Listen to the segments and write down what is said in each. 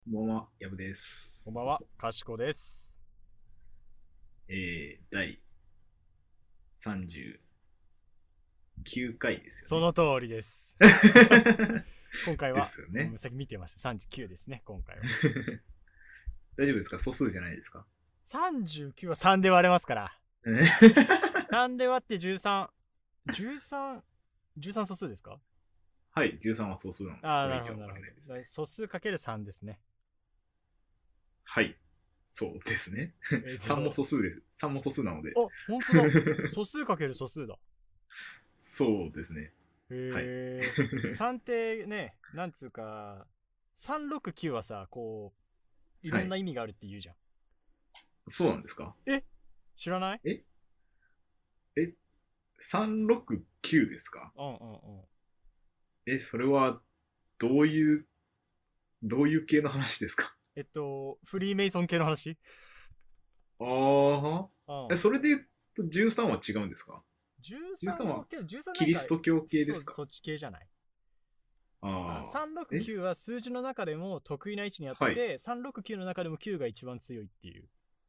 こんばんは、やぶです。 こんばんは、かしこです。 第39回ですよね。 その通りです。今回では、 すよね。 さっき見てました。39ですね、今回は。 大丈夫ですか？素数じゃないですか？ 39は3で割れますから。3で割って13。13、13素数ですか？ はい、13は素数なので、 ああ、 これ以上はなるほど、なるほど。 割れないですね。 素数かける3ですね。 はい、そうですね。 えっ、 3もと、 素数です。3も素数なので。 あ、本当だ。素数かける素数だ。 そうですね。はい。 へえ。3ってね、なんつうか、369はさ、こう、いろはい。 んな意味があるって言うじゃん。 そうなんですか？ え、知らない？ ええ ?369 ですか？ うんうんうん。 それは、どういう、どういう系の話ですか？ フリーメイソン系の話。 ああ。 うん。 それで言うと13は違うんですか？ 13 13 はを、けど13なキんか、 リスト教系でそう、 すか？ そっち系じゃない？ ああ。 369は数字の中でも得意な位置にあっはい。 て、369の中でも9が一番強いっていう。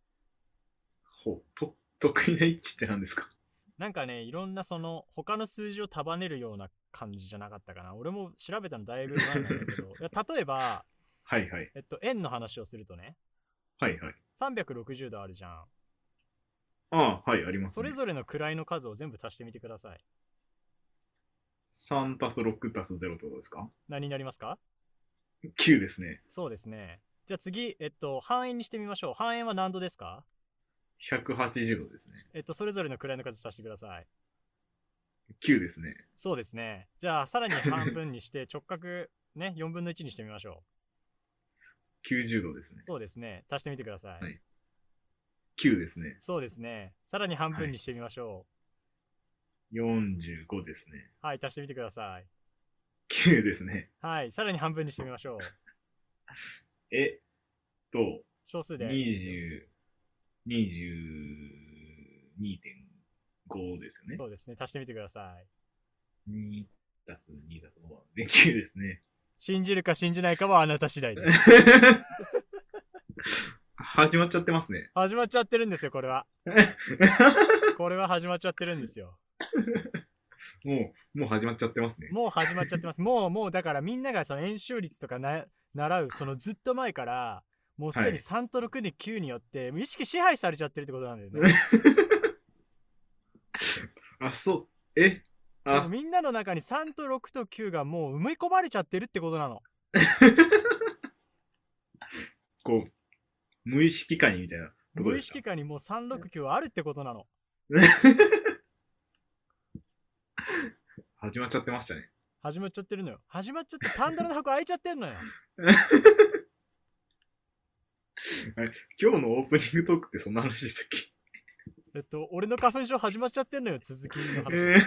得意な位置って何ですか？ なんかね、いろんなその、他の数字を束ねるような感じじゃなかったかな。俺も調べたのだいぶ前なんだけど、いや例えば、 はいはい。 円の話をするとね、 はいはい。 360度あるじゃん。 ああ、はい、ありますね。 それぞれの位の数を全部足してみてください。 3たす6たす0ってことですか？ 何になりますか？ 9 ですね。 そうですね。じゃあ次、半円にしてみましょう。半円は何度ですか？ 180度ですね。 それぞれの位の数足してください。 9ですね。 そうですね。じゃあ、さらに半分にして直角ね、4分の1にしてみましょう。 90度ですね。 そうですね。足してみてください。 はい。9ですね。 そうですね。さらに半はい。 分にしてみましょ 45ですね。 う。はい、足してみてください。 9ですね。 はい、さらに半分にしてみましょえっと、 う。少数でいいですよ。 20、22.5ですよね。 そうですね。足してみてください。 2たす2たす5で9ですね。 信じるか信じないかはあなた次第です。 始まっちゃってますね。 始まっちゃってるんですよ、これは。これは始まっちゃってるんですよ。 もう始まっちゃってますね。 もう始まっちゃってます。もうだからみんながその円周率とか習う、そのずっと前から、もうすでにはい。 3と6で9によって、意識支配されちゃってるってことなんだよね。 あ、そう。 もうあ、 みんなの中に3と6と9がもう埋め込まれちゃってるってことなの。 こう、無意識化にみたいなとこ無意ですか？ 識下にもう369はあるってことなの。 始まっちゃってましたね。 始まっちゃってるのよ。始まっちゃってパンドラの箱開いちゃってんのよ。 あれ、今日のオープニングトークってそんな話でしたっけ？ 俺の花粉症始まっちゃってんのよ。続きの話で。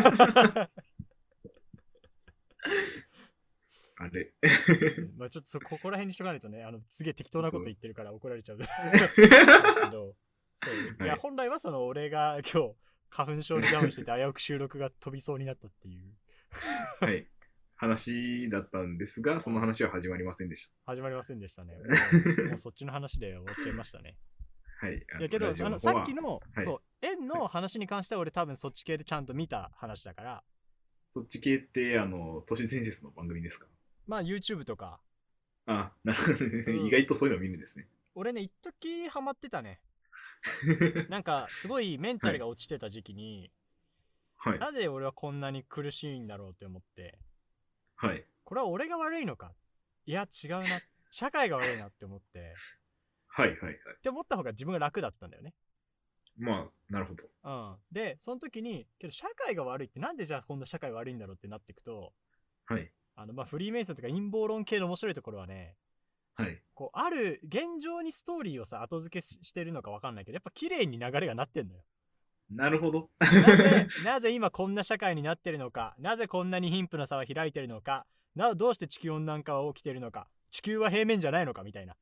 あれ。 まあちょっとここら辺にしとかないとね、すげえ適当なこと言ってるから怒られちゃう。ですけど、そう。いや、 はい。 本来はその俺が今日花粉症にダウンしてて危うく収録が飛びそうになったっていう。 はい。話だったんですが、その話は始まりませんでし始まりませんでしたね。もうそっちの話で終わっちゃいましたね。 た。はい。 いやけど、 ラジオの方は、 さっきの、 はい。 そう、円はい。 の話に関しては俺多分そっち系でちゃんと見た話だから、 そっち系って、都市伝説の番組ですか？ まあ YouTube とか、 あ、なるほどね。意外とそういうのを見るんですね。 俺ね、一時ハマってたね。なんか、すごいメンタルはい。 が落ちてた時期に、 はい。 なぜ俺はこんなに苦しいんだろうって思って、 はい。 これは俺が悪いのか？いや、違うな。社会が悪いなって思って、 はい。はい。はい。 って思った方が自分が楽だったんだよね。 まあ、なるほど。 うん。で、その時に、けど社会が悪いってなんでじゃあこんな社会悪いんだろうってなっていくと、 はい。 まあフリーメイソンとか陰謀論系の面白いところはね、 はい。 こう、ある現状にストーリーをさ、後付けしてるのか分かんないけど、やっぱ綺麗に流れがなってんのよ。 なるほど。 なぜ今こんな社会になってるのか、なぜこんなに貧富の差は開いてるのか、どうして地球温暖化は起きてるのか、地球は平面じゃないのかみたいな。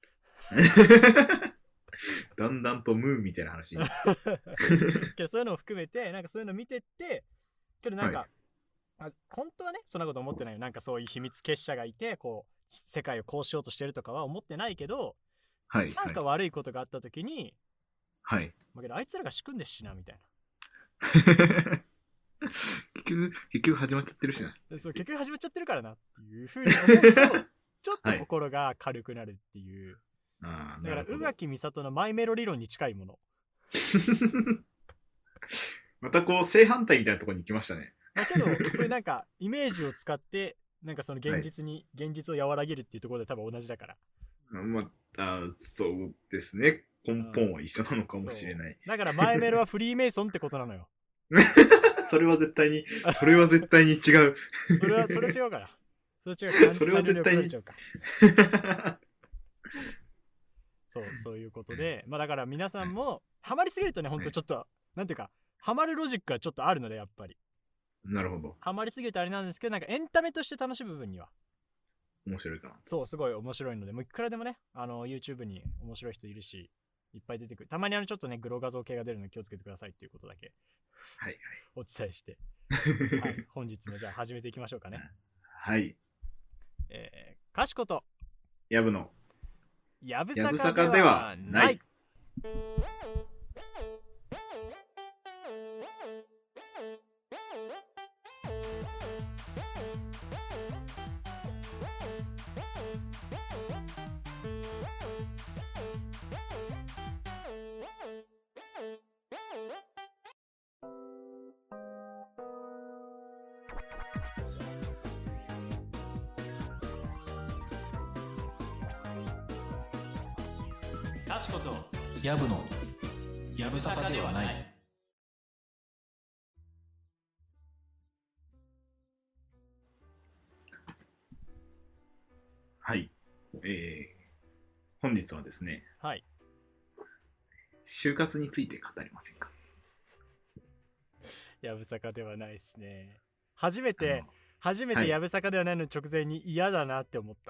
だんだんとムーンみたいな話に。 けどそういうのを含めて、なんかそういうの見てって、けどなんはい。 か、本当はね、そんなこと思ってないよ。なんかそういう秘密結社がいて、こう、 世界をこうしようとしてるとかは思ってないけど、 はい。 なんか悪いことがあった時に、 はい。 まあ、けどあいつらが仕組んでっしなみたい結局始まっちゃってるしな。 な。そう結局始まっちゃってるからなっていうふうに思うとちょっと心が軽くなるっていう、 ああ、 だからなるほど。 宇垣美里のマイメロ理論に近いもの。 またこう正反対みたいなところに行きましたね。 だけどそういうなんかイメージを使ってなんかその現実を和らげるっていうところで多分同じだから。 まあ、そうですね。根本は一緒なのかもしれない。 だからマイメロはフリーメイソンってことなのよ。 それは絶対に違う。 それ違うから。それ違う。 それは絶対に。 そういうことで、まあだから皆さんもハマりすぎるとね、ほんとちょっと、なんていうか、ハマるロジックがちょっとあるので、やっぱり。 なるほど。 ハマりすぎるとあれなんですけど、なんかエンタメとして楽しむ部分には。 面白いかな。 そう、すごい面白いので、もういくらでもね、YouTube に面白い人いるし、いっぱい出てくる。たまにちょっとね、グロ画像系が出るので気をつけてくださいっていうことだけ、 はい、 お伝えして、はい、本日もじゃあ始めていきましょうかね。 はい。 かしこと、 やぶの、 やぶやぶさかでさかでははなないい。かしことやぶのやぶさかではない。 はい。本日はですね、 はい。 就活について語りませんか。 やぶさかではないですね。初めてはいやぶさかではないの直前に嫌だなって思った。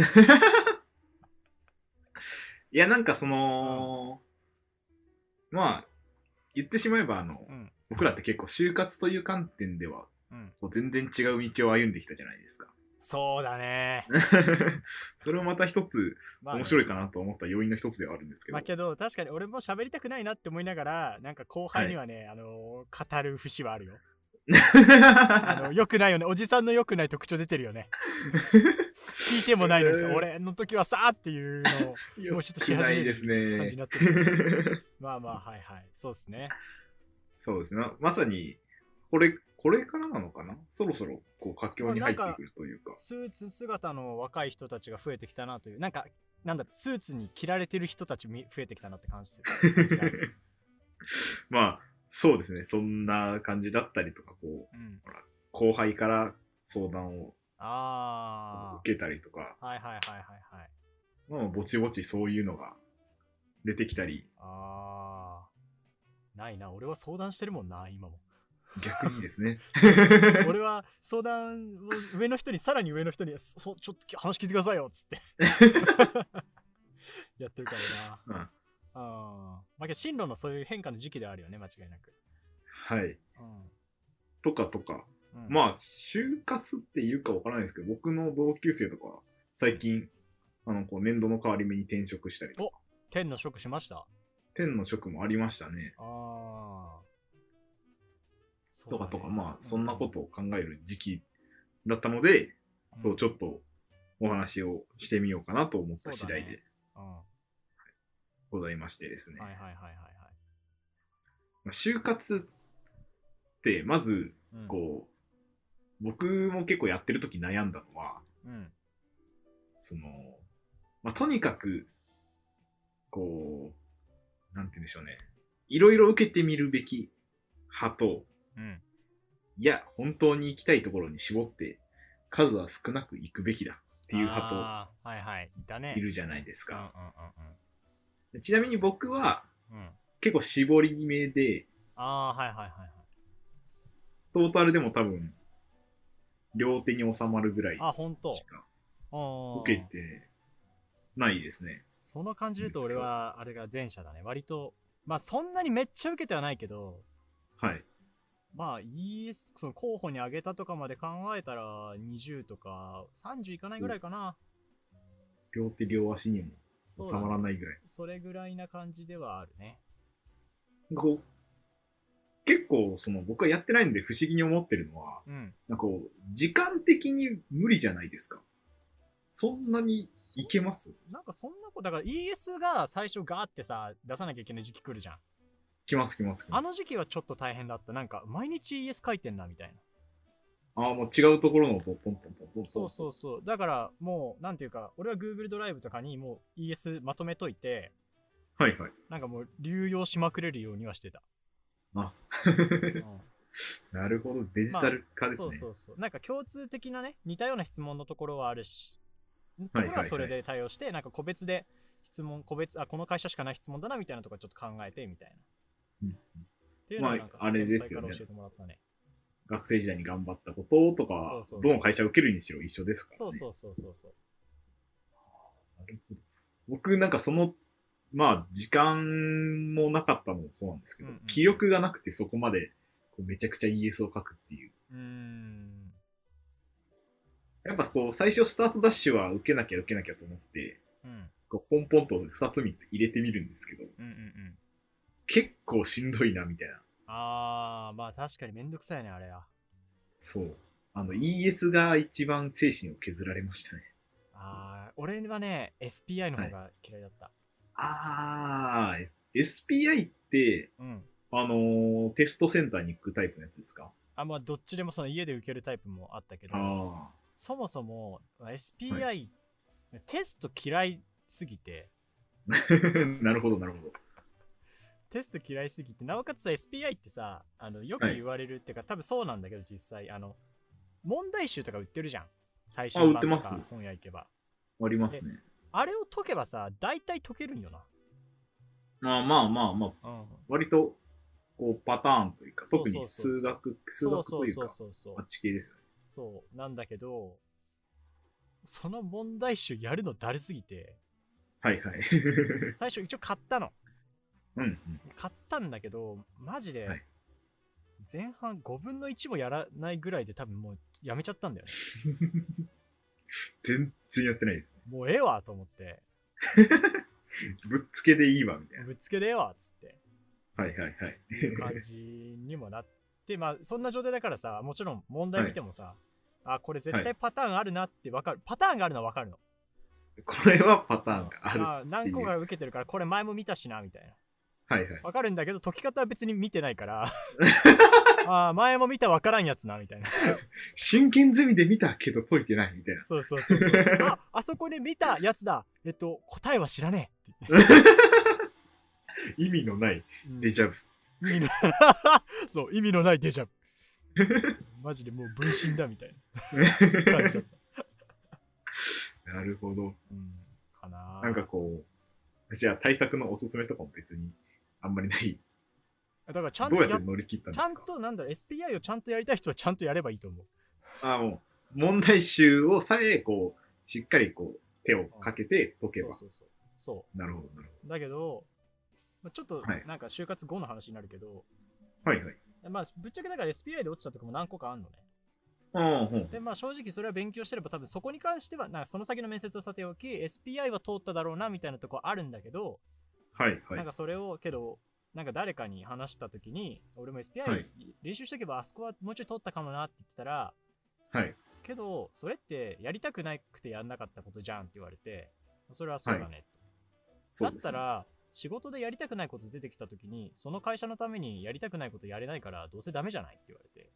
いや、なんかその、まあ、言ってしまえば、 うん僕らって結構就活という観点では、 うんこう全然違う道を歩んできたじゃないですか。 そうだね。 それをまた一つまあね面白いかなと思った要因の一つではあるんですけど。 まあけど確かに俺も喋りたくないなって思いながらなんか後輩にはね、語る節はあるよ。よくないよね。おじさんのよくない特徴出てるよね。聞いてもないのにさ、俺の時はさーっていうのをもうちょっとし始めるですね感じになってる。まあまあはいはい。そうですね。 そうですね。まさにこれからなのかな。そろそろこう佳境に入ってくるというか。 スーツ姿の若い人たちが増えてきたなという、なんかなんだろう、スーツに着られてる人たち増えてきたなって感じする。 まあそうですね。そんな感じだったりとか、こう、ほら後輩から相談を受けたりとか、 はいはいはいはいはい。 まあぼちぼちそういうのが出てきたり。 ないな。俺は相談してるもんな今も。 逆にですね。 俺は相談を上の人にさらに上の人にちょっと話聞いてくださいよっつってやってるからな。まあけど進路のそういう変化の時期ではあるよね、間違いなく。 はい。とか、まあ就活っていうかわからないですけど、僕の同級生とか最近こう年度の変わり目に転職したりとか。 天の職しました？ 天の職もありましたね。とか、まあそんなことを考える時期だったので、そうちょっとお話をしてみようかなと思った次第でございましてですね。就活ってまずこう、僕も結構やってる時悩んだのは、そのまあとにかくこうなんて言うんでしょうね、いろいろ受けてみるべき派と、いや本当に行きたいところに絞って数は少なく行くべきだっていう派といるじゃないですか。ちなみに僕は結構絞り目で、トータルでも多分両手に収まるぐらいしか受けてないですね。 その感じで言うと俺はあれが前者だね。割とまあそんなにめっちゃ受けてはないけど、 はい。 まあその候補に挙げたとかまで考えたら20とか30いかないぐらいかな。 両手両足にも収まらないぐらい。 それぐらいな感じではあるね。 こう結構僕はやってないんで不思議に思ってるのは、なんかこう時間的に無理じゃないですか。そんなにいけます？ なんかそんなことだから ES が最初ガーってさ出さなきゃいけない時期来るじゃん。 来ます。 あの時期はちょっと大変だった。なんか毎日 ES 書いてんなみたいな。もう違うところのトントントントン。 そう。だからもうなんていうか、俺は Google ドライブとかにもう ES まとめといて、 はいはい。 なんかもう流用しまくれるようにはしてた。 なるほど、デジタル化ですね。 そう。なんか共通的なね、似たような質問のところはあるし、ところはそれで対応して、なんか個別で質問、この会社しかない質問だなみたいなとかちょっと考えてみたいな。っていうのはなんか先輩から教えてもらったね。 学生時代に頑張ったこととか、どの会社受けるにしろ一緒ですからね。 そう。 なるほど。僕なんか時間もなかったのもそうなんですけど、気力がなくてそこまでめちゃくちゃ ES を書くっていう。やっぱ最初スタートダッシュは受けなきゃと思って、ポンポンと2つ3つ入れてみるんですけど、結構しんどいなみたいな。 まあ確かにめんどくさいね、あれは。 そう。ES が一番精神を削られましたね。 俺はね、SPI の方が嫌いだった。 SPI って、テストセンターに行くタイプのやつですか？ まあどっちでも家で受けるタイプもあったけど、そもそも SPI、テスト嫌いすぎて。 なるほど。 テスト嫌いすぎて、なおかつさ SPI ってさ、よく言われるっていうか、多分そうなんだけど実際問題集とか売ってるじゃん。最新版とか本屋行けば。 ありますね。 あれを解けばさ、大体解けるんよな。 まあ、割とパターンというか、特に数学というか、あっち系ですよね。 そうなんだけど、その問題集やるのだるすぎて、 はい最初一応買ったの。買ったんだけど、マジで前半5分の1もやらないぐらいで多分もうやめちゃったんだよね。 全然やってないです。 もうええわと思って。 ぶっつけでいいわみたいな。 ぶっつけでええわっつって。 いう感じにもなって、まあそんな状態だからさ、もちろん問題見てもさ、これ絶対パターンあるなって分かる。パターンがあるのは分かるの。 これはパターンがある。 何個か受けてるから、これ前も見たしなみたいな。分かるんだけど、解き方は別に見てないから前も見た分からんやつなみたいな。 真剣ゼミで見たけど解いてないみたいな。 そうあそこで見たやつだ、答えは知らねえって意味のないデジャブ、 そう意味のないデジャブマジでもう分身だみたいな感じだった。 なるほど、 かな。 なんかじゃあ対策のおすすめとかも別にあんまりない。 だからちゃんとどうやって乗り切ったんですか？ ちゃんとSPI をちゃんとやりたい人はちゃんとやればいいと思う。 もう問題集をさえしっかり手をかけて解けば。 そう。 なるほど。 だけどちょっとなんか就活後の話になるけど、まあぶっちゃけだから SPI で落ちたとかも何個かあんのね。でまあ正直それは勉強してれば多分そこに関してはなんかその先の面接はさておき SPI は通っただろうなみたいなとこあるんだけど、なんかそれをけどなんか誰かに話した時に俺も SPI 練習しとけばあそこはもうちょい通ったかもなって言ってたら、けどそれってやりたくなくてやんなかったことじゃんって言われて、それはそうだねと。だったら仕事でやりたくないこと出てきた時にその会社のためにやりたくないことやれないからどうせダメじゃないって言われて、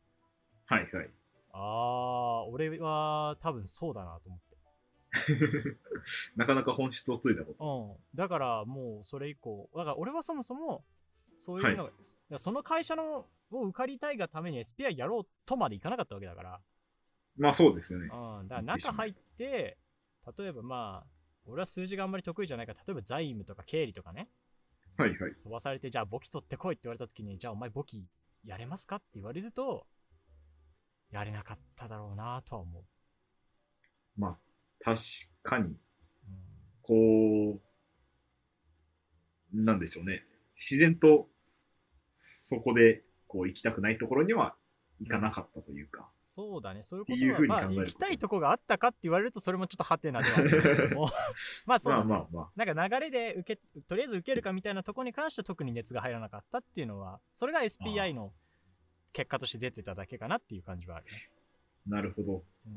俺は多分そうだなと思ってなかなか本質をついたこと、 だからもうそれ以降だから俺はそもそもそういうのが、その会社を受かりたいがために SPI やろうとまでいかなかったわけだから、 まあそうですよね。 だから中入って例えばまあ俺は数字があんまり得意じゃないから、例えば財務とか経理とかね、飛ばされてじゃあ簿記取ってこいって言われた時に、じゃあお前簿記やれますかって言われるとやれなかっただろうなとは思う。 まあ確かになんでしょうね、自然とそこで行きたくないところには行かなかったというか。 そうだね、そういうっていうことは、 風に考えるまあ、行きたいとこがあったかって言われると、それもちょっとハテナではあるけども、まあそうだね、 まあまあまあ。 なんか流れでとりあえず受けるかみたいなところに関しては特に熱が入らなかったっていうのは、それが SPI の結果として出てただけかなっていう感じはあるね。 なるほど。 うん、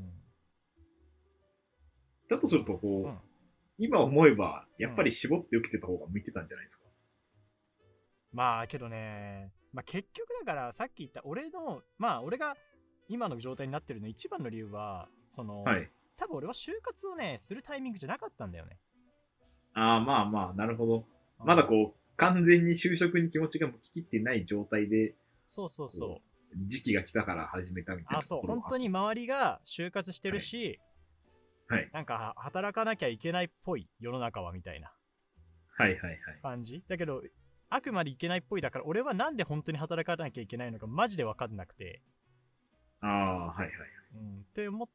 だとすると、こう、 うん、 今思えば、やっぱり絞って受けてた方が向いてたんじゃないですか。 まあけどね、まあ結局だからさっき言った俺が今の状態になってるの一番の理由は、 はい。 多分俺は就活をね、するタイミングじゃなかったんだよね。 ああ、まあまあ、なるほど。 うんまだこう、完全に就職に気持ちが向ききってない状態で、 そうそうそう。 時期が来たから始めたみたいなそう、 ところは。 本当に周りが就活してるし、 はい。 なんか働かなきゃいけないっぽい世の中はみたいなはいはいはい。 感じだけど、あくまでいけないっぽいだから、俺はなんで本当に働かなきゃいけないのかマジで分かんなくて。 ああ、はいはい。 って思って、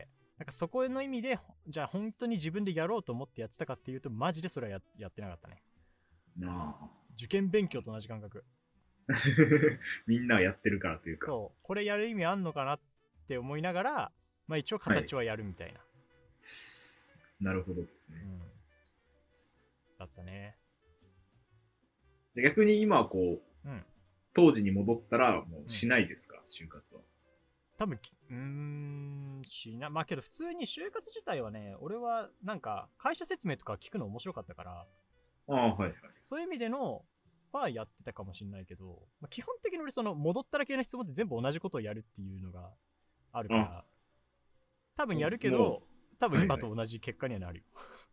なんかそこの意味で、じゃあ本当に自分でやろうと思ってやってたかっていうと、マジでそれはやってなかったね。 ああ。 受験勉強と同じ感覚。 みんなはやってるからというか。 そう、これやる意味あんのかなって思いながら、まあ一応形はやるみたいな。 なるほどですね。 だったね。 で逆に今はこう、当時に戻ったらもうしないですか、就活は。 多分しな。まあけど普通に就活自体はね、俺はなんか会社説明とか聞くの面白かったから、 ああ、はいはい。 そういう意味でのはやってたかもしれないけど、まあ、基本的に俺その戻ったら系の質問って全部同じことをやるっていうのがあるから、多分やるけど、多分今と同じ結果にはなるよ。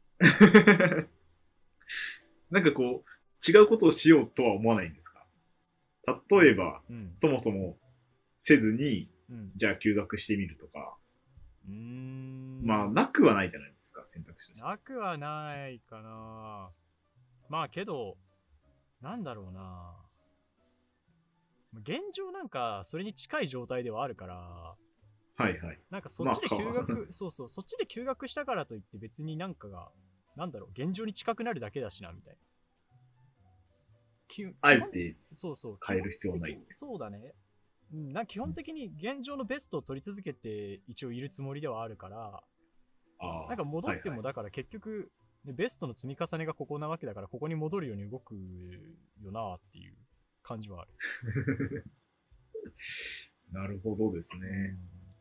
なんかこう、違うことをしようとは思わないんですか？例えば、そもそもせずに、じゃあ休学してみるとか。まあ、なくはないじゃないですか、選択肢として。 なくはないかな。まあけど、なんだろうな。現状なんかそれに近い状態ではあるから、 はいはい。 なんかそっちで休学、そうそう、そっちで休学したからといって別になんかが、なんだろう、現状に近くなるだけだしな、みたいな。 あえてそうそう変える必要はない。 そうだね。なんか基本的に現状のベストを取り続けて一応いるつもりではあるから、なんか戻ってもだから結局、ベストの積み重ねがここなわけだから、ここに戻るように動くよなっていう感じはある。 なるほどですね。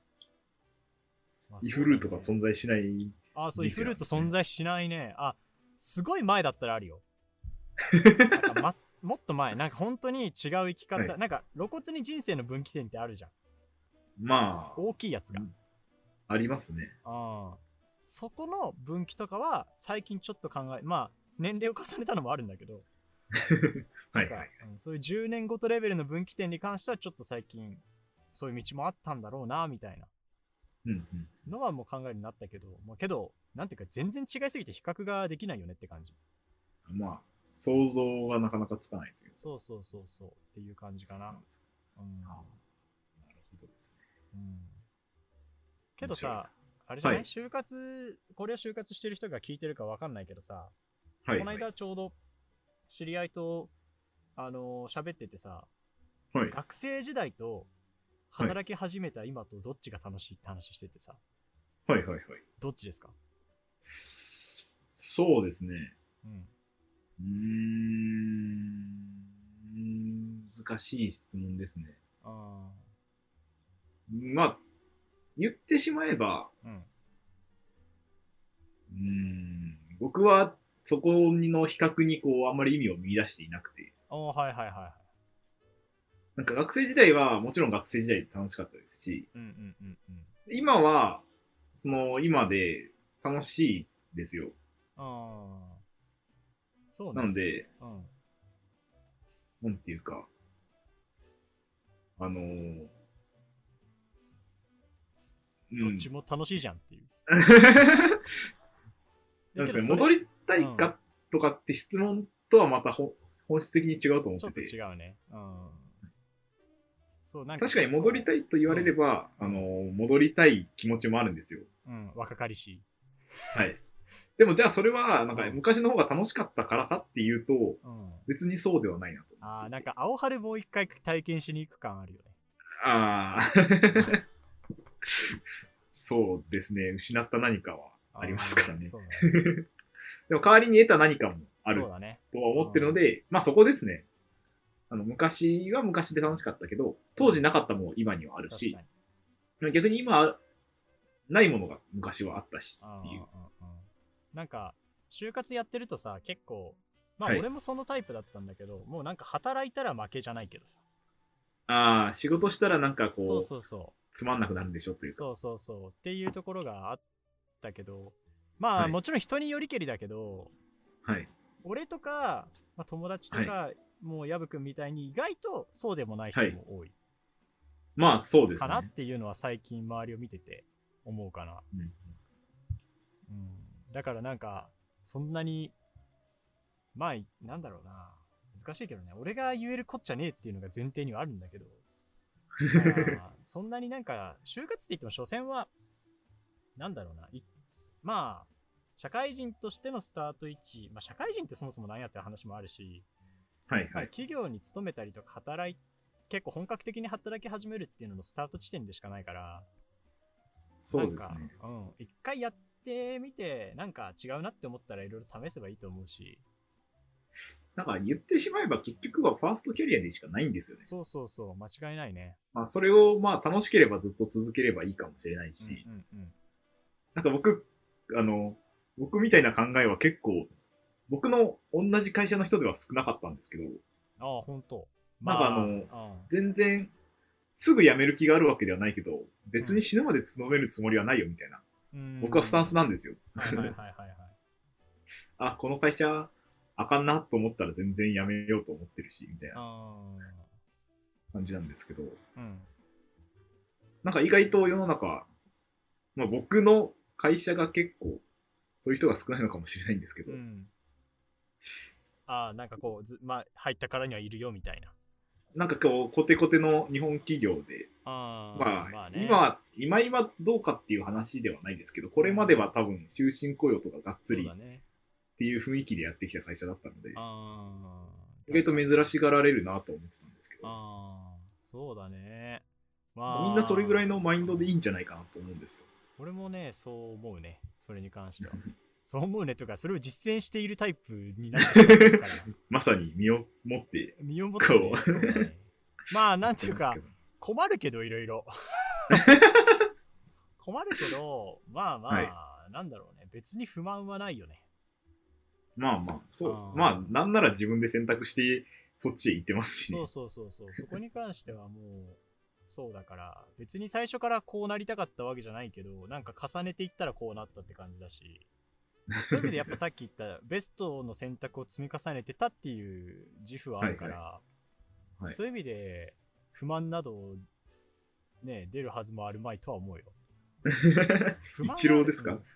イフルートが存在しない。 そう、イフルート存在しないね。すごい前だったらあるよ。なんかもっと前、なんか本当に違う生き方、なんか露骨に人生の分岐点ってあるじゃん。 まあ、 大きいやつが。 ありますね。 そこの分岐とかは最近ちょっとまあ年齢を重ねたのもあるんだけど、 はいはい、 そういう10年ごとレベルの分岐点に関してはちょっと最近そういう道もあったんだろうなみたいなのはもう考えるようになったけど、けどなんていうか全然違いすぎて比較ができないよねって感じ。 まあ想像がなかなかつかないという。 そうっていう感じかな。なるほどですね。 けどさ、あれじゃない、就活、これを就活してる人が聞いてるか分かんないけどさ、この間ちょうど知り合いと喋っててさ、学生時代と働き始めた今とどっちが楽しいって話しててさ、どっちですか？ そうですね。難しい質問ですね。まあ言ってしまえば、僕はそこの比較にこうあんまり意味を見出していなくて。なんか学生時代はもちろん学生時代楽しかったですし、今はその今で楽しいですよ。 そうね。 なので、なんていうか、 どっちも楽しいじゃんっていう。 なんですかね、戻りたいかとかって質問とはまた本質的に違うと思ってて。 ちょっと違うね。 そうなんか確かに戻りたいと言われれば、戻りたい気持ちもあるんですよ。 若かりし。 はい。でもじゃあそれはなんか昔の方が楽しかったからかっていうと、別にそうではないなと。 なんか青春もう一回体験しに行く感あるよね。 ああ。そうですね。失った何かはありますからね。 そうだね。 でも代わりに得た何かもあるそうだね。 とは思ってるので、まあそこですね。昔は昔で楽しかったけど、当時なかったもの今にはあるし、逆に今ないものが昔はあったしっていう。 なんか、就活やってるとさ、結構、まあ俺もそのタイプだったんだけど、もうなんか働いたら負けじゃないけどさ。 ああ、仕事したらなんかこう、 そうつまんなくなるんでしょというか。 そうっていうところがあったけど、まあもちろん人によりけりだけど、 はい。 俺とか、まあ、友達とか、もうヤブくんみたいに意外とそうでもない人も多い。 まあそうですね。 かなっていうのは最近周りを見てて思うかな。だからなんか、そんなに、まあ、なんだろうな。難しいけどね。俺が言えるこっちゃねえっていうのが前提にはあるんだけど。そんなになんか、就活って言っても所詮は、なんだろうな。まあ、社会人としてのスタート位置、まあ社会人ってそもそも何やってる話もあるし、企業に勤めたりとか結構本格的に働き始めるっていうののスタート地点でしかないから、 そうですね。 一回やってみて、なんか違うなって思ったらいろいろ試せばいいと思うし。 なんか言ってしまえば結局はファーストキャリアでしかないんですよね。 そう、間違いないね。 まあそれをまあ楽しければずっと続ければいいかもしれないし、なんか僕みたいな考えは結構、僕の同じ会社の人では少なかったんですけど、 ああ、ほんと。 なんか全然、すぐ辞める気があるわけではないけど、別に死ぬまで勤めるつもりはないよみたいな。僕はスタンスなんですよ。あ、この会社、あかんなと思ったら全然辞めようと思ってるし、みたいな感じなんですけど、なんか意外と世の中、まあ僕の会社が結構、そういう人が少ないのかもしれないんですけど、 なんかこう、まあ入ったからにはいるよみたいな。 なんかこう、コテコテの日本企業で、まあ、今どうかっていう話ではないですけど、これまでは多分終身雇用とかがっつりっていう雰囲気でやってきた会社だったので、意外と珍しがられるなと思ってたんですけど、 そうだね。 みんなそれぐらいのマインドでいいんじゃないかなと思うんですよ。 俺もね、そう思うね。それに関しては。そう思うねとか、それを実践しているタイプになってるから。 まさに身をもって。 身をもってね、そうだね。まあ、なんていうか、困るけど、いろいろ。困るけど、まあ、なんだろうね。別に不満はないよね。 まあ、そう。まあ、なんなら自分で選択して、そっちへ行ってますしね。 そう。そこに関してはもう、そうだから、別に最初からこうなりたかったわけじゃないけど、なんか重ねていったらこうなったって感じだし、そういう意味でやっぱさっき言ったベストの選択を積み重ねてたっていう自負はあるから、そういう意味で不満などね、出るはずもあるまいとは思うよ。 一郎ですか？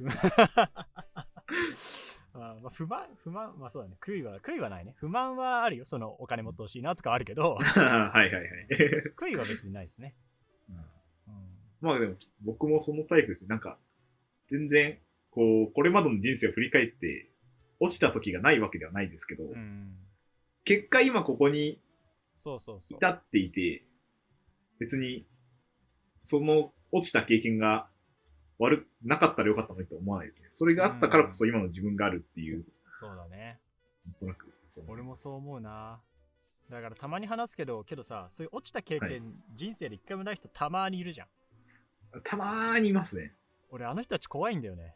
不満、まあそうだね。悔いはないね。不満はあるよ。そのお金もっと欲しいなとかあるけど。悔いは別にないですね。 まあでも、僕もそのタイプですね。なんか、全然、これまでの人生を振り返って、落ちた時がないわけではないですけど、結果今ここに至っていて、別に、その落ちた経験がなかったらよかったのにと思わないですね。それがあったからこそ今の自分があるっていう。 そうだね。 なんとなく俺もそう思うな。だからたまに話すけどさ、そういう落ちた経験、人生で一回もない人たまにいるじゃん。 たまーにいますね。 俺あの人たち怖いんだよね。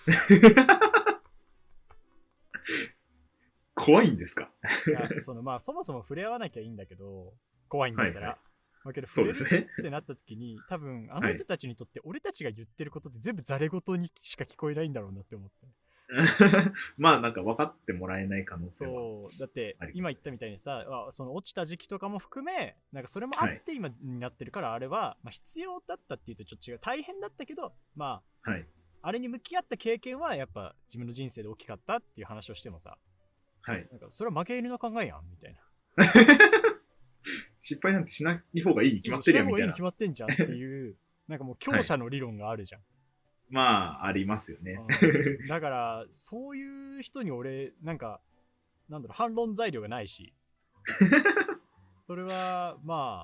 怖いんですか？ まあそもそも触れ合わなきゃいいんだけど、怖いんだったら。だけど触れるってなった時に、多分あの人たちにとって俺たちが言ってることって全部ザレ言にしか聞こえないんだろうなって思って。 まあなんか分かってもらえない可能性はそうだって今言ったみたいにさ、その落ちた時期とかも含めなんかそれもあって今になってるから、あれは、まあ、必要だったっていうとちょっと違う、大変だったけど、まあ、あれに向き合った経験はやっぱ自分の人生で大きかったっていう話をしてもさ、なんかそれは負け犬の考えやんみたいな。 失敗なんてしない方がいいに決まってるやんみたいな。 しない方がいいに決まってんじゃんっていうなんかもう強者の理論があるじゃん。 まあ、ありますよね。 だから、そういう人に俺、なんだろう、反論材料がないし。それは、まあ、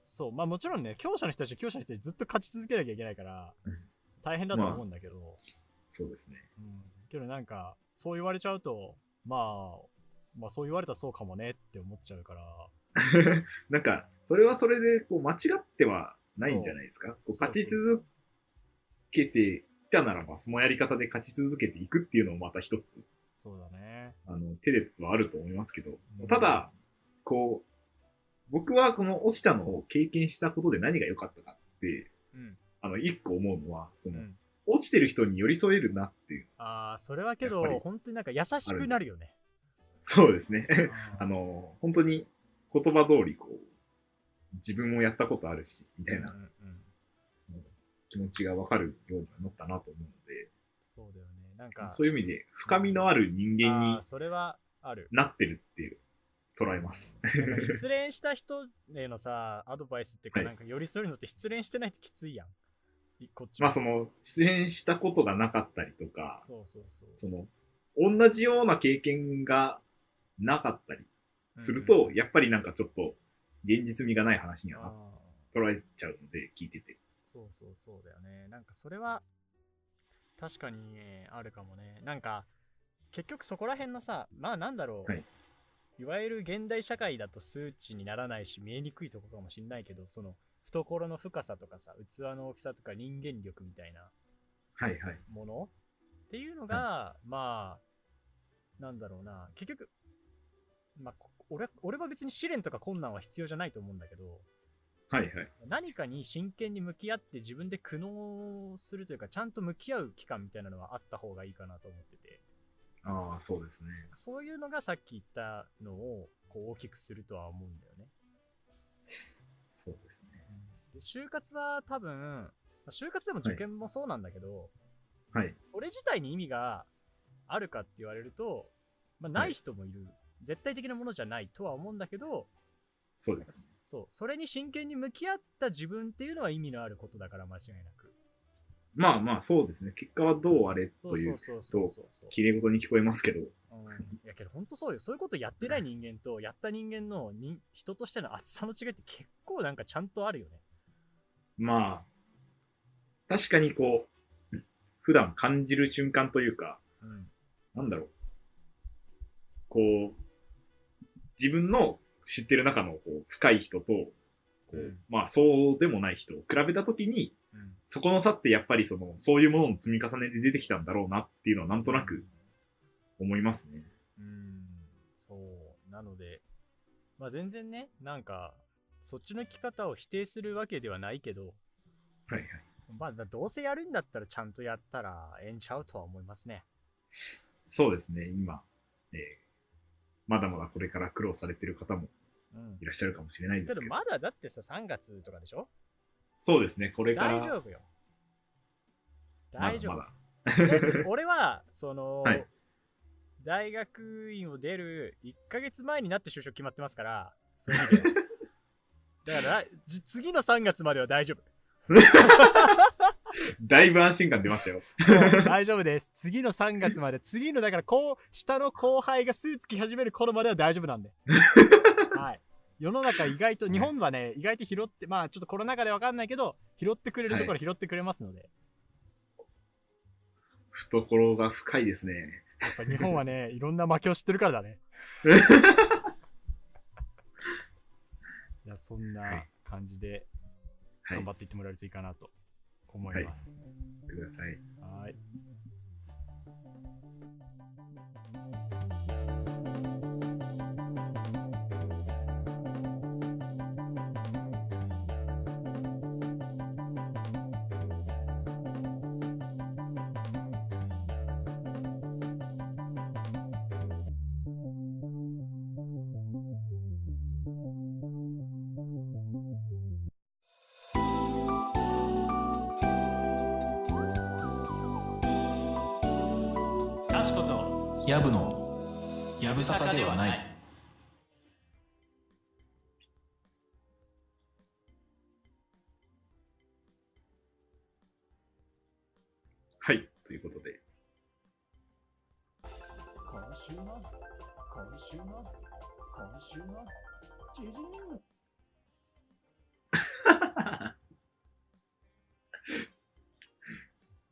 そう、まあもちろんね、強者の人たちは強者の人にずっと勝ち続けなきゃいけないから、大変だと思うんだけど、 そうですね。 けどなんか、そう言われちゃうと、まあそう言われたらそうかもねって思っちゃうから。 なんか、それはそれでこう間違ってはないんじゃないですか。こう勝ち続けていたならば、そのやり方で勝ち続けていくっていうのもまた一つ、 そうだね。 手ではあると思いますけど、ただ、こう、僕はこの落ちたのを経験したことで何が良かったかって、一個思うのは、落ちてる人に寄り添えるなっていう。 ああ、それはけど、本当になんか優しくなるよね。 そうですね。本当に言葉通り、こう、自分もやったことあるし、みたいな、気持ちがわかるようになったなと思うので、 そうだよね。なんか、 そういう意味で深みのある人間にそれはある。 なってるっていう、捉えます。 失恋した人へのさ、アドバイスっていうか、なんか寄り添えるのって失恋してないときついやん。こっちまあ失恋したことがなかったりとか、 そう同じような経験がなかったりすると、やっぱりなんかちょっと現実味がない話には捉えちゃうので、聞いてて。 そうだよね。なんかそれは確かにあるかもね。なんか結局そこら辺のさ、まあなんだろう、いわゆる現代社会だと数値にならないし見えにくいとこかもしんないけど、その懐の深さとかさ、器の大きさとか人間力みたいなものっていうのが、まあなんだろうな、結局まあ俺は別に試練とか困難は必要じゃないと思うんだけど、何かに真剣に向き合って自分で苦悩するというか、ちゃんと向き合う期間みたいなのはあった方がいいかなと思ってて。 ああ、そうですね。 そういうのがさっき言ったのをこう大きくするとは思うんだよね。 そうですね。 で就活は多分、就活でも受験もそうなんだけど、これ自体に意味があるかって言われると、まあ、ない人もいる、絶対的なものじゃないとは思うんだけど、 そうです。 それに真剣に向き合った自分っていうのは意味のあることだから間違いなく。 まあまあそうですね。結果はどうあれというと、綺麗事に聞こえますけど。 いやけど本当そうよ。そういうことやってない人間とやった人間の人としての厚さの違いって結構なんかちゃんとあるよね。 まあ、確かにこう、普段感じる瞬間というか、なんだろう。こう、自分の知ってる中のこう深い人と、まあそうでもない人を比べたときに、そこの差ってやっぱりそういうものの積み重ねで出てきたんだろうなっていうのはなんとなく思いますね。 そうなので、まあ全然ね、なんかそっちの生き方を否定するわけではないけど、まあどうせやるんだったらちゃんとやったらええんちゃうとは思いますね。 そうですね。今、まだまだこれから苦労されてる方もいらっしゃるかもしれないですけど。 けどまだだってさ、3月とかでしょ？ そうですね、これから。 大丈夫よ。大丈夫。とりあえず俺は、大学院を出る1ヶ月前になって就職決まってますから、そういう意味では。だから、次の3月までは大丈夫。 だいぶ安心感出ましたよ。 大丈夫です。次の3月まで、だから下の後輩がスーツ着始める頃までは大丈夫なんで。はい。世の中意外と、日本はね、意外と拾って、まあちょっとコロナ禍で分かんないけど、拾ってくれるところ拾ってくれますので。 懐が深いですね。 やっぱ日本はね、いろんな負けを知ってるからだね。いや、そんな感じで頑張っていってもらえるといいかなと思います。 ください。 はい。 かしことやぶのやぶさかではない。 はい、ということで。 今週のジジーニュース。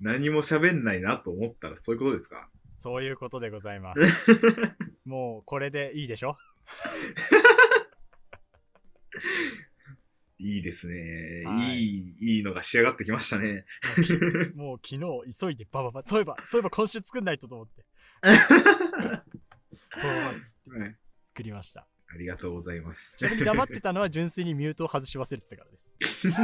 何も喋んないなと思ったらそういうことですか？ そういうことでございます。もうこれでいいでしょ？ いいですね。 はい、 いいのが仕上がってきましたね。 もう昨日急いでバババ、そういえば今週作んないとと思って。バババッつって作りました。 ありがとうございます。 ちなみに黙ってたのは純粋にミュートを外し忘れてたからです。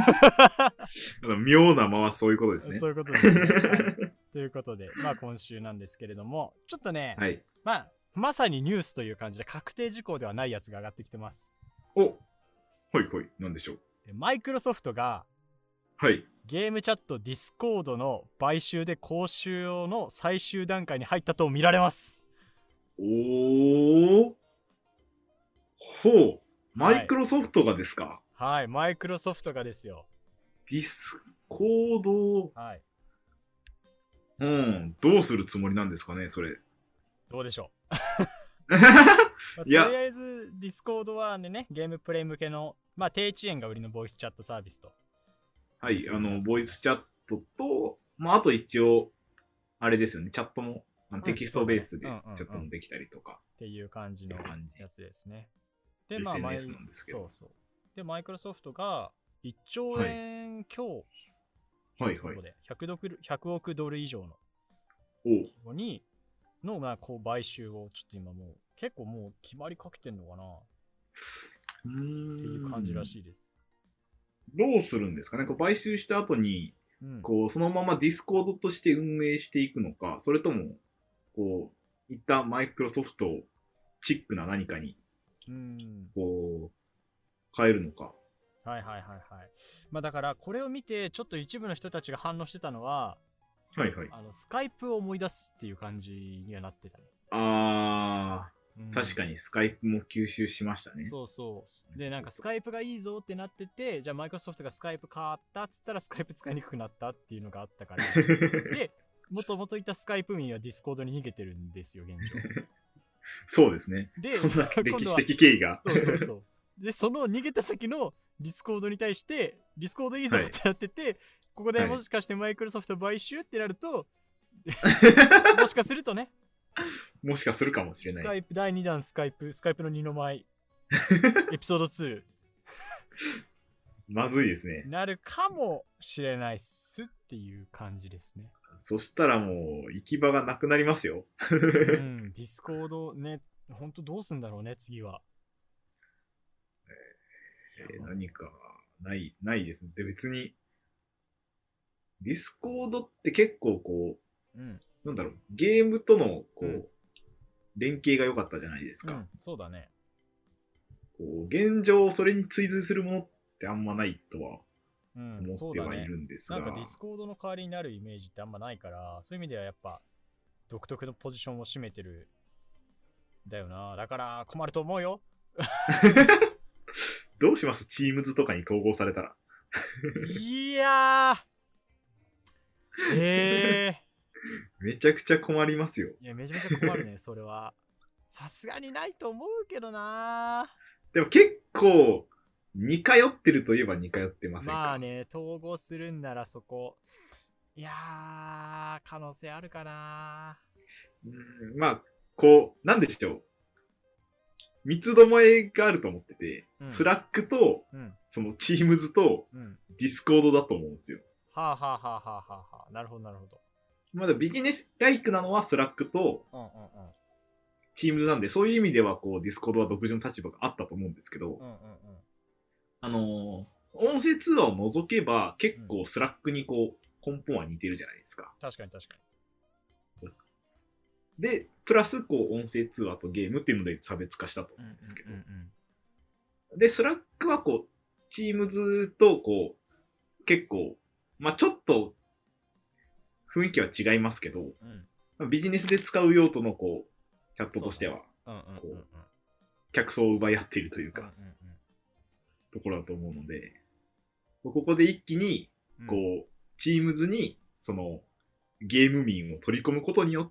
妙なままそういうことですね。 そういうことですね。はい、ということで、まあ今週なんですけれども、ちょっとね、 はい、 まさにニュースという感じで確定事項ではないやつが上がってきてます。 お、ほいほい、なんでしょう。 マイクロソフトが、 はい。 ゲームチャットディスコードの買収で交渉の最終段階に入ったと見られます。 おー。ほう。マイクロソフトがですか？ はい、マイクロソフトがですよ。 ディスコード。 はい。 うん。どうするつもりなんですかね、それ。 どうでしょう。 いやとりあえず、ディスコードはね、ゲームプレイ向けの、低遅延が売りのボイスチャットサービスと。 はい、ボイスチャットと、あと一応、あれですよね、チャットも、テキストベースでチャットもできたりとか。 っていう感じのやつですね。で、 SNS なんですけど。 そう。で、マイクロソフトが1兆円強、 はいはい。 100億ドル以上の規模にの、こう買収をちょっと今もう結構もう決まりかけてんのかなっていう感じらしいです。 どうするんですかね、こう買収した後に、こうそのままディスコードとして運営していくのか、それともこういったマイクロソフトチックな何かにこう変えるのか。 はい。だからこれを見てちょっと一部の人たちが反応してたのは、 はいはい。 スカイプを思い出すっていう感じにはなってたね。 確かにスカイプも吸収しましたね。 そう。で、なんかスカイプがいいぞってなってて、じゃあマイクロソフトがスカイプ変わったっつったらスカイプ使いにくくなったっていうのがあったから。で、もともといたスカイプ民はディスコードに逃げてるんですよ、現状。 そうですね。 で、 そんな歴史的経緯が。 そう。で、その逃げた先のディスコードに対して、ディスコードいいぞってなってて、ここでもしかしてマイクロソフト買収ってなると、もしかするとね、 もしかするかもしれない。 スカイプ第2弾スカイプの二の舞エピソード2 まずいですね。 なるかもしれないっすっていう感じですね。 そしたらもう行き場がなくなりますよ。 ディスコードね、ほんとどうすんだろうね、次は。 何かないですね。で、別にディスコードって結構こう、なんだろう、ゲームとのこう、連携が良かったじゃないですか。 そうだね。 こう現状それに追随するものってあんまないとは思ってはいるんですが、 なんかディスコードの代わりになるイメージってあんまないから、そういう意味ではやっぱ独特のポジションを占めてるだよな。だから困ると思うよ。 どうします？チームズとかに統合されたら。 いやー。 めちゃくちゃ困りますよ。 いや、めちゃめちゃ困るね、それは。さすがにないと思うけどな。 でも結構、似通ってるといえば似通ってませんか？ まあね、統合するんならそこ。いやー、可能性あるかな。 こう、なんでしょう。三つどもえがあると思ってて、スラックと、そのチームズと、ディスコードだと思うんですよ。 はあ。なるほど。 まだビジネスライクなのはスラックと、チームズなんで、そういう意味ではこうディスコードは独自の立場があったと思うんですけど、音声通話を除けば結構スラックにこう根本は似てるじゃないですか。 確かに。 で、プラスこう音声通話とゲームっていうので差別化したと思うんですけど。で、スラックはこう、チームズとこう、結構、ちょっと雰囲気は違いますけど、ビジネスで使う用途のこう、チャットとしては、客層を奪い合っているというか、ところだと思うので、ここで一気に、こう、チームズに、その、ゲーム民を取り込むことによって、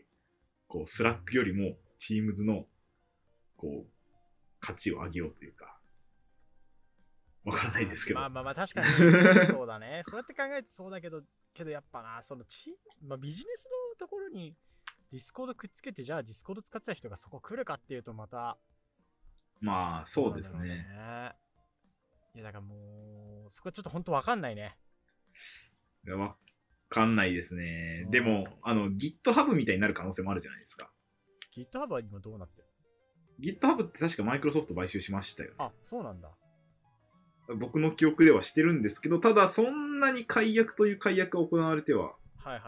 こう、スラックよりも、チームズの、こう、価値を上げようというか、 わからないですけど。 まあ確かにそうだね。そうやって考えてそうだけどやっぱな、そのビジネスのところにディスコードくっつけて、じゃあディスコード使ってた人がそこ来るかっていうとまた。 まあそうですね。 いやだからもうそこはちょっと本当わかんないね。 いやわかんないですね。でもGitHub みたいになる可能性もあるじゃないですか。 GitHub は今どうなってる？ GitHub って確かマイクロソフト買収しましたよね。 あ、そうなんだ。 僕の記憶ではしてるんですけど、ただそんなに解約という解約が行われては。 はい。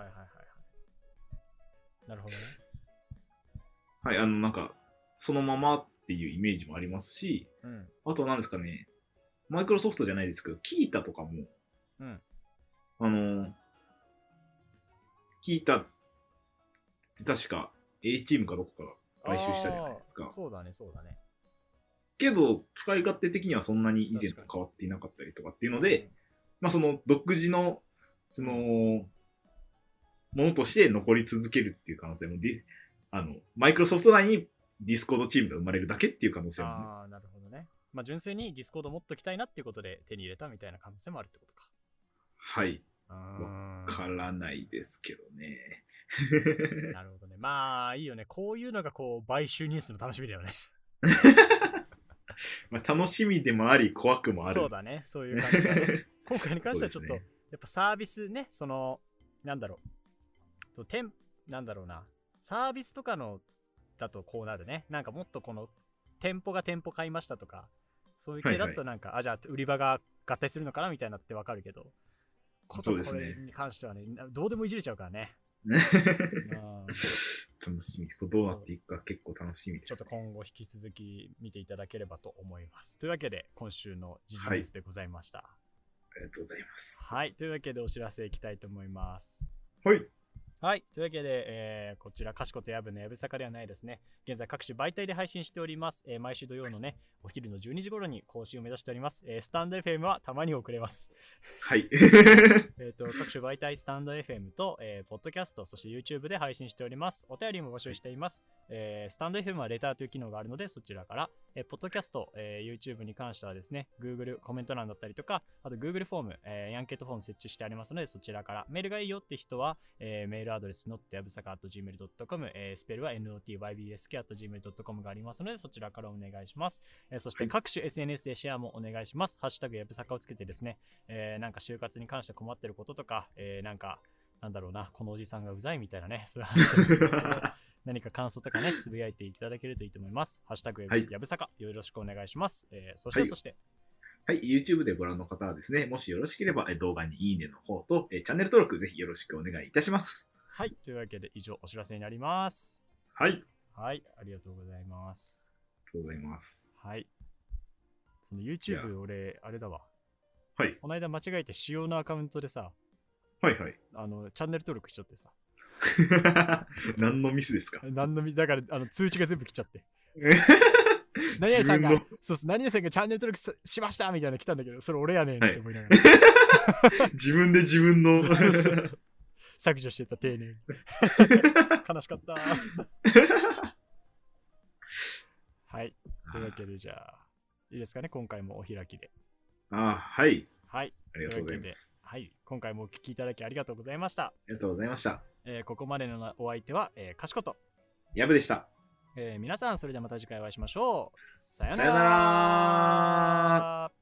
なるほどね。 はい、なんか、そのままっていうイメージもありますし、あと何ですかね、マイクロソフトじゃないですけど、キータとかも、キータって確か A チームかどこから買収したじゃないですか。 そうだね。 けど、使い勝手的にはそんなに以前と変わっていなかったりとかっていうので、まあその独自の、ものとして残り続けるっていう可能性も、マイクロソフト内にディスコードチームが生まれるだけっていう可能性も、 なるほどね。まあ純粋にディスコード持っときたいなっていうことで手に入れたみたいな可能性もあるってことか。 はい。わからないですけどね。 なるほどね。まあいいよね。こういうのが買収ニュースの楽しみだよね。 まあ楽しみでもあり怖くもある。 そうだね。そういう感じだね。今回に関してはちょっと、やっぱサービスね、なんだろう。サービスとかのだとこうなるね。なんかもっと店舗が店舗買いましたとか、そういう系だとなんか、じゃあ売り場が合体するのかなみたいなってわかるけど、これに関してはね、どうでもいじれちゃうからね。 楽しみ。どうなっていくか結構楽しみです、ね。 ちょっと今後引き続き見ていただければと思います。というわけで今週の時事ニュースでございました。 ありがとうございます。 はい。というわけでお知らせいきたいと思います。 はい。 というわけで、こちら、かしことやぶのやぶさかではないですね。現在各種媒体で配信しております。毎週土曜のね、お昼の12時頃に更新を目指しております。スタンド FM はたまに遅れます。 はい。 各種媒体、スタンド FM と、ポッドキャスト、そして YouTube で配信しております。お便りも募集しています。スタンド FM はレターという機能があるので、そちらから、ポッドキャスト、YouTube に関してはですね、Google コメント欄だったりとか、あと Google フォーム、アンケートフォーム設置してありますので、そちらからメールがいいよって人は、メールアドレス notyabusak@gmail.com、スペルは notybsk@gmail.com がありますので、そちらからお願いします。そして各種 SNS でシェアもお願いします。ハッシュタグやぶさかをつけてですね、なんか就活に関して困ってることとか、なんだろうな、このおじさんがうざいみたいなね、そういう話なんですけど、何か感想とかね、つぶやいていただけるといいと思います。ハッシュタグやぶさか、よろしくお願いします。そして、 はい、YouTube でご覧の方はですね、もしよろしければ動画にいいねの方と、チャンネル登録ぜひよろしくお願いいたします。 はい、というわけで以上お知らせになります。 はい。 はい、ありがとうございます。 ありがとうございます。 はい。その YouTube 俺、あれだわ。 はい。 この間間違えて仕様のアカウントでさ、 はい。 チャンネル登録しちゃってさ。 何のミスですか？ 何のミスだから通知が全部来ちゃって。何々さんがチャンネル登録 しましたみたいなの来たんだけど、それ俺やねんって思いながら。 自分で自分の削除してた丁寧に。悲しかった。はい。というわけでじゃあ、いいですかね、今回もお開きで。 はい。 はい。 ありがとうございます。 はい。今回もお聞きいただきありがとうございました。 ありがとうございました。 ここまでのお相手は、かしこと。 やぶでした。 皆さん、それではまた次回お会いしましょう。さよなら。